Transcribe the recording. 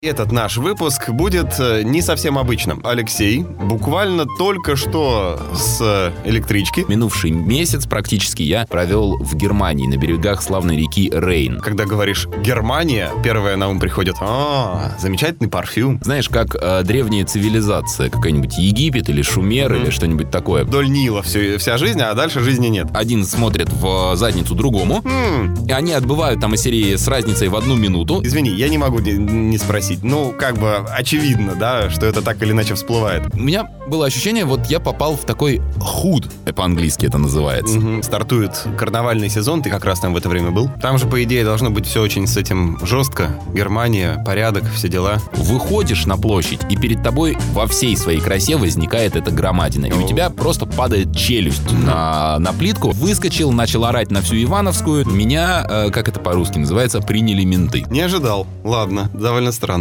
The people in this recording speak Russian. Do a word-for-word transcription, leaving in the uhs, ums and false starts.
Этот наш выпуск будет не совсем обычным. Алексей буквально только что с электрички. Минувший месяц практически я провел в Германии, на берегах славной реки Рейн. Когда говоришь «Германия», первое на ум приходит «А, замечательный парфюм». Знаешь, как э, древняя цивилизация, какая-нибудь Египет или Шумер, mm-hmm. или что-нибудь такое. Вдоль Нила все, вся жизнь, а дальше жизни нет. Один смотрит в задницу другому, mm. и они отбывают там из серии с разницей в одну минуту. Извини, я не могу не, не спросить. Ну, как бы очевидно, да, что это так или иначе всплывает. У меня было ощущение, вот я попал в такой худ, по-английски это называется. Угу. Стартует карнавальный сезон, ты как раз там в это время был. Там же, по идее, должно быть все очень с этим жестко. Германия, порядок, все дела. Выходишь на площадь, и перед тобой во всей своей красе возникает эта громадина. И у тебя просто падает челюсть на, на плитку. Выскочил, начал орать на всю Ивановскую. Меня, э, как это по-русски называется, приняли менты. Не ожидал. Ладно, довольно странно.